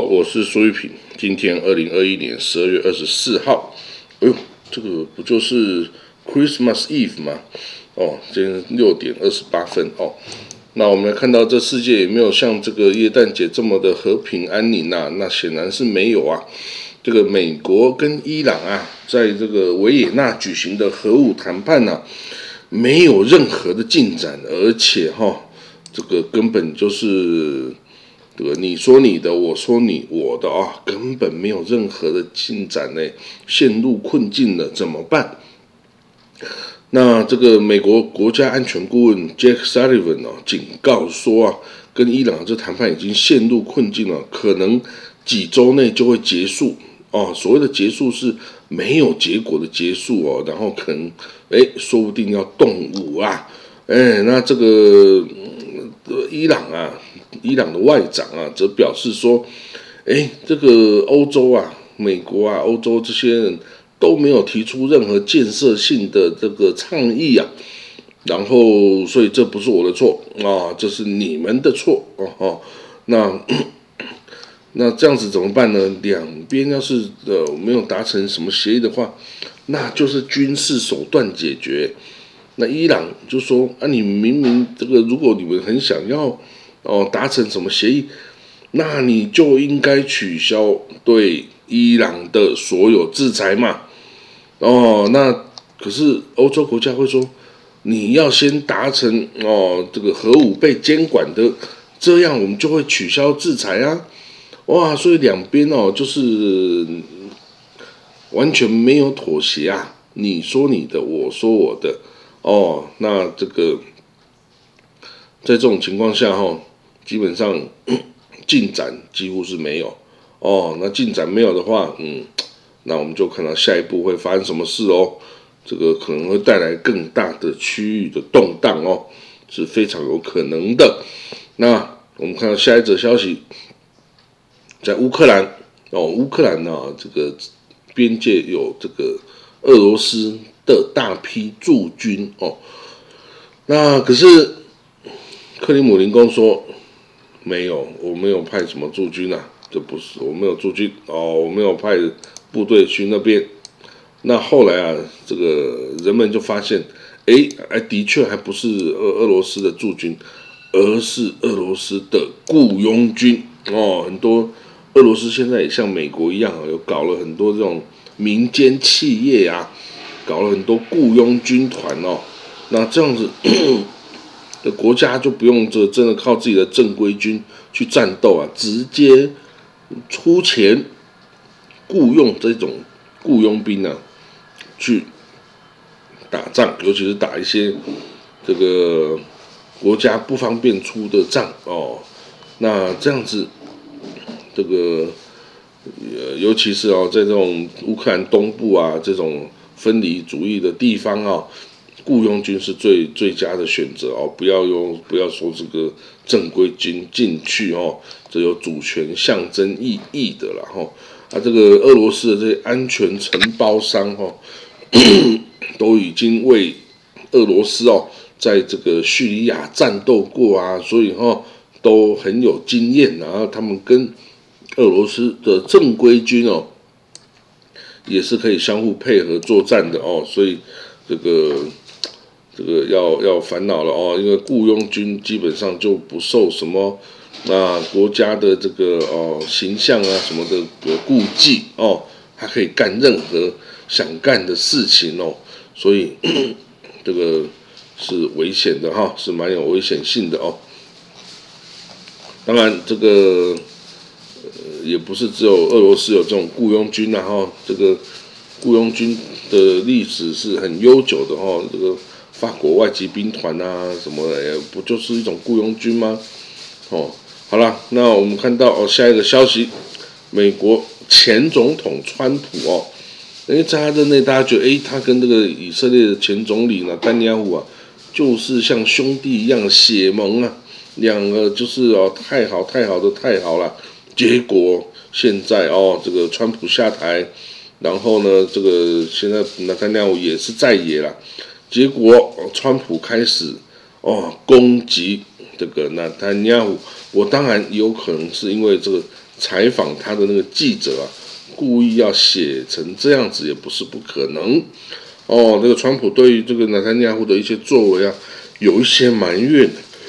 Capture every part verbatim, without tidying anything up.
我是苏玉平。今天二零二一年十二月二十四号，哎呦，这个不就是 Christmas Eve 吗？哦，今天六点二十八分哦。那我们来看到这世界有没有像这个耶诞节这么的和平安宁啊？那显然是没有啊。这个美国跟伊朗啊，在这个维也纳举行的核武谈判啊，没有任何的进展，而且哈、哦，这个根本就是。对吧？你说你的，我说你我的啊，根本没有任何的进展呢，陷入困境了，怎么办？那这个美国国家安全顾问 Jake Sullivan 哦，警告说啊，跟伊朗这谈判已经陷入困境了，可能几周内就会结束哦。所谓的结束是没有结果的结束哦，然后可能哎，说不定要动武啊，哎，那这个、嗯、伊朗啊。伊朗的外长啊，则表示说，哎，这个欧洲啊、美国啊、欧洲这些人都没有提出任何建设性的这个倡议啊，然后，所以这不是我的错啊，这是你们的错哦。那那这样子怎么办呢？两边要是呃没有达成什么协议的话，那就是军事手段解决。那伊朗就说啊，你明明这个，如果你们很想要。哦，达成什么协议？那你就应该取消对伊朗的所有制裁嘛。哦，那可是欧洲国家会说，你要先达成哦，这个核武被监管的，这样我们就会取消制裁啊。哇，所以两边哦，就是完全没有妥协啊。你说你的，我说我的。哦，那这个在这种情况下哈、哦。基本上进展几乎是没有哦，那进展没有的话，嗯，那我们就看到下一步会发生什么事哦，这个可能会带来更大的区域的动荡哦，是非常有可能的。那我们看到下一则消息，在乌克兰哦，乌克兰呢、啊、这个边界有这个俄罗斯的大批驻军哦，那可是克里姆林宫说。没有，我没有派什么驻军啊，这不是我没有驻军哦，我没有派部队去那边。那后来啊，这个人们就发现，哎，哎，的确还不是俄俄罗斯的驻军，而是俄罗斯的雇佣军哦。很多俄罗斯现在也像美国一样，有搞了很多这种民间企业啊，搞了很多雇佣军团哦。那这样子。的国家就不用这真的靠自己的正规军去战斗啊，直接出钱雇佣这种雇佣兵啊去打仗，尤其是打一些这个国家不方便出的仗哦。那这样子，这个呃，尤其是哦，在这种乌克兰东部啊这种分离主义的地方啊。雇佣军是最最佳的选择哦，不要用不要说这个正规军进去哦，这有主权象征意义的啦哈。啊，这个俄罗斯的这些安全承包商哦，都已经为俄罗斯哦，在这个叙利亚战斗过啊，所以哈、哦、都很有经验，然后他们跟俄罗斯的正规军哦，也是可以相互配合作战的哦，所以这个。这个要要烦恼了哦，因为雇佣军基本上就不受什么那国家的这个哦形象啊什么的顾忌哦，他可以干任何想干的事情哦，所以这个是危险的哈，是蛮有危险性的哦。当然，这个呃也不是只有俄罗斯有这种雇佣军啊哈，这个雇佣军的历史是很悠久的哦，这个。法国外籍兵团啊，什么的，不就是一种雇佣军吗？哦，好了，那我们看到哦，下一个消息，美国前总统川普哦，因为在他任内，大家觉得，哎，他跟这个以色列的前总理呢，丹尼尔虎啊，就是像兄弟一样血盟啊，两个就是哦，太好太好的太好了。结果现在哦，这个川普下台，然后呢，这个现在丹尼尔虎也是在野了。结果，川普开始哦攻击这个纳坦尼亚胡，我当然有可能是因为这个采访他的那个记者啊，故意要写成这样子，也不是不可能。哦，这个川普对于这个纳坦尼亚胡的一些作为啊，有一些埋怨。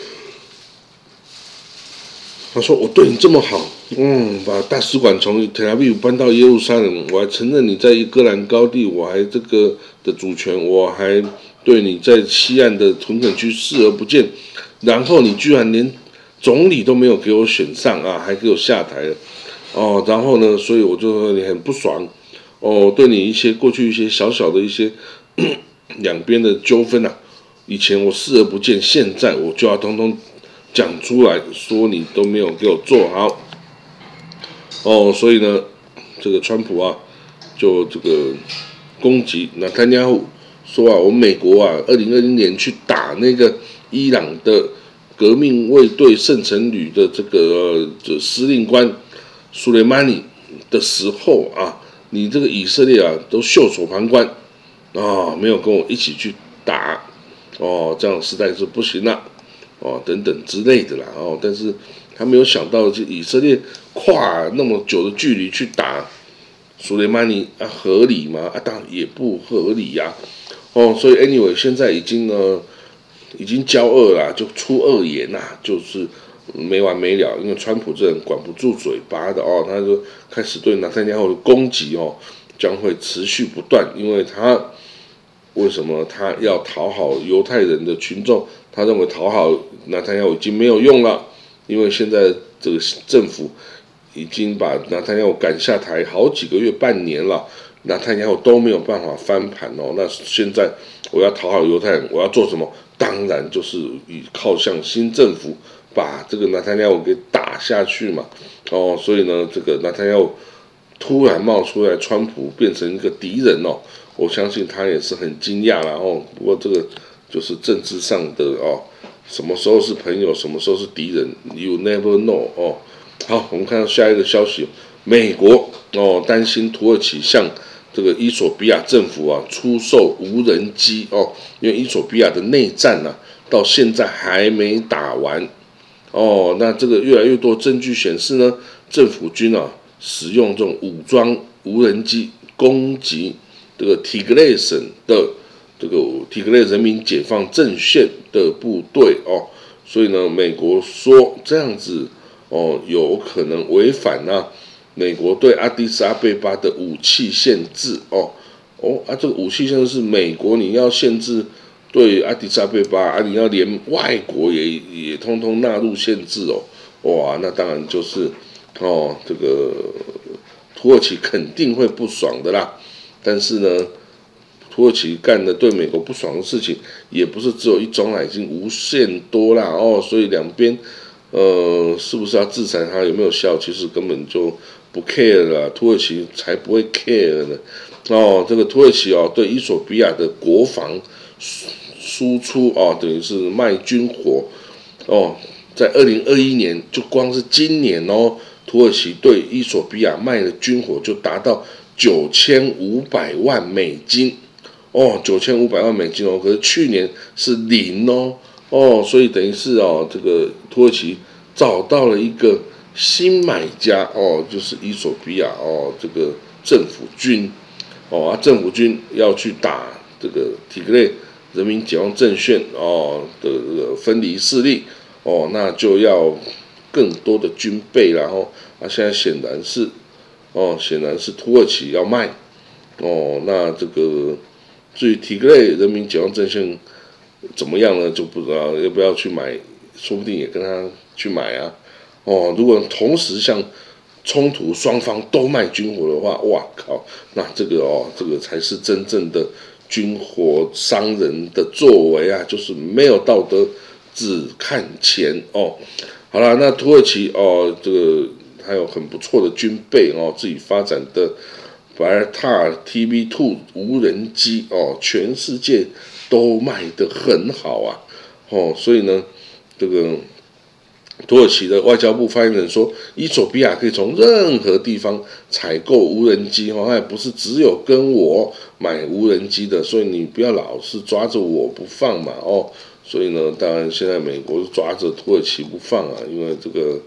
他说：“我对你这么好，嗯，把大使馆从特拉维夫搬到耶路撒冷，我还承认你在戈兰高地，我还这个的主权，我还对你在西岸的屯垦区视而不见，然后你居然连总理都没有给我选上啊，还给我下台了，哦，然后呢，所以我就你很不爽，哦，对你一些过去一些小小的一些两边的纠纷啊，以前我视而不见，现在我就要通通。”讲出来说你都没有给我做好，哦，所以呢，这个川普啊，就这个攻击纳坦尼亚胡，说啊，我们美国啊，二零二零年去打那个伊朗的革命卫队圣城旅的这个这司令官苏雷曼尼的时候啊，你这个以色列啊都袖手旁观啊，没有跟我一起去打，哦，这样实在是不行了。哦，等等之类的啦，哦，但是他没有想到，这以色列跨那么久的距离去打苏雷曼尼啊，合理吗？啊，当然也不合理呀、啊。哦，所以 anyway， 现在已经呢，已经交恶啦，就出恶言呐、啊，就是没完没了。因为川普这人管不住嘴巴的哦，他就开始对纳坦尼亚胡的攻击哦，将会持续不断，因为他为什么他要讨好犹太人的群众？他认为讨好纳坦尼亚胡已经没有用了，因为现在这个政府已经把纳坦尼亚胡赶下台好几个月、半年了，纳坦尼亚胡都没有办法翻盘哦。那现在我要讨好犹太人，我要做什么？当然就是以靠向新政府把这个纳坦尼亚胡给打下去嘛。哦，所以呢，这个纳坦尼亚胡突然冒出来，川普变成一个敌人哦，我相信他也是很惊讶啦哦。不过这个。就是政治上的哦，什么时候是朋友，什么时候是敌人 ，You never know 哦。好，我们看到下一个消息，美国哦担心土耳其向这个伊索比亚政府啊出售无人机哦，因为伊索比亚的内战呢、啊、到现在还没打完哦，那这个越来越多证据显示呢，政府军啊使用这种武装无人机攻击这个提格雷省的。这个提格雷人民解放阵线的部队哦，所以呢，美国说这样子哦，有可能违反啊美国对阿迪斯阿贝巴的武器限制哦哦啊，这个武器限制是美国你要限制对阿迪斯阿贝巴啊，你要连外国也也通通纳入限制哦，哇，那当然就是哦，这个土耳其肯定会不爽的啦，但是呢。土耳其干的对美国不爽的事情，也不是只有一种啦，已经无限多啦哦，所以两边，呃，是不是要制裁他有没有效，其实根本就不 care 了，土耳其才不会 care 呢。哦，这个土耳其哦，对伊索比亚的国防输出哦，等于是卖军火哦，在二零二一年就光是今年哦，土耳其对伊索比亚卖的军火就达到九千五百万美金。哦，九千五百万美金哦，可是去年是零哦，哦，所以等于是哦，这个土耳其找到了一个新买家哦，就是伊索比亚哦，这个政府军哦，啊，政府军要去打这个提格雷人民解放阵线哦的这个分离势力哦，那就要更多的军备，然后啊，现在显然是哦，显然是土耳其要卖哦，那这个。至于提格雷人民解放阵线怎么样呢？就不知道要不要去买，说不定也跟他去买啊。哦，如果同时向冲突双方都卖军火的话，哇靠，那这个哦，这个才是真正的军火商人的作为啊，就是没有道德，只看钱哦。好了，那土耳其哦，这个还有很不错的军备哦，自己发展的。白尔塔尔 T B 二 无人机哦，全世界都卖得很好啊，哦，所以呢，这个土耳其的外交部发言人说，伊索比亚可以从任何地方采购无人机哦，那也不是只有跟我买无人机的，所以你不要老是抓着我不放嘛哦，所以呢，当然现在美国抓着土耳其不放啊，因为这个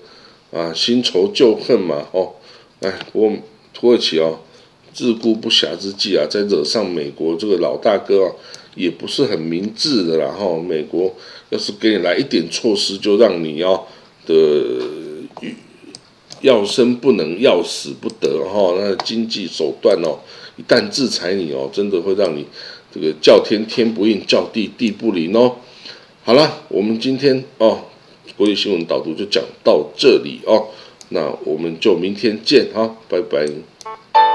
啊，新仇旧恨嘛，哦，哎，不过土耳其哦，自顾不暇之际啊，再惹上美国这个老大哥啊，也不是很明智的啦，哈、哦，美国要是给你来一点措施，就让你要的要生不能，要死不得，哈、哦，那经济手段哦，一旦制裁你哦，真的会让你这个叫天天不应，叫地地不灵哦。好了，我们今天哦，国际新闻导读就讲到这里哦，那我们就明天见哈，拜拜。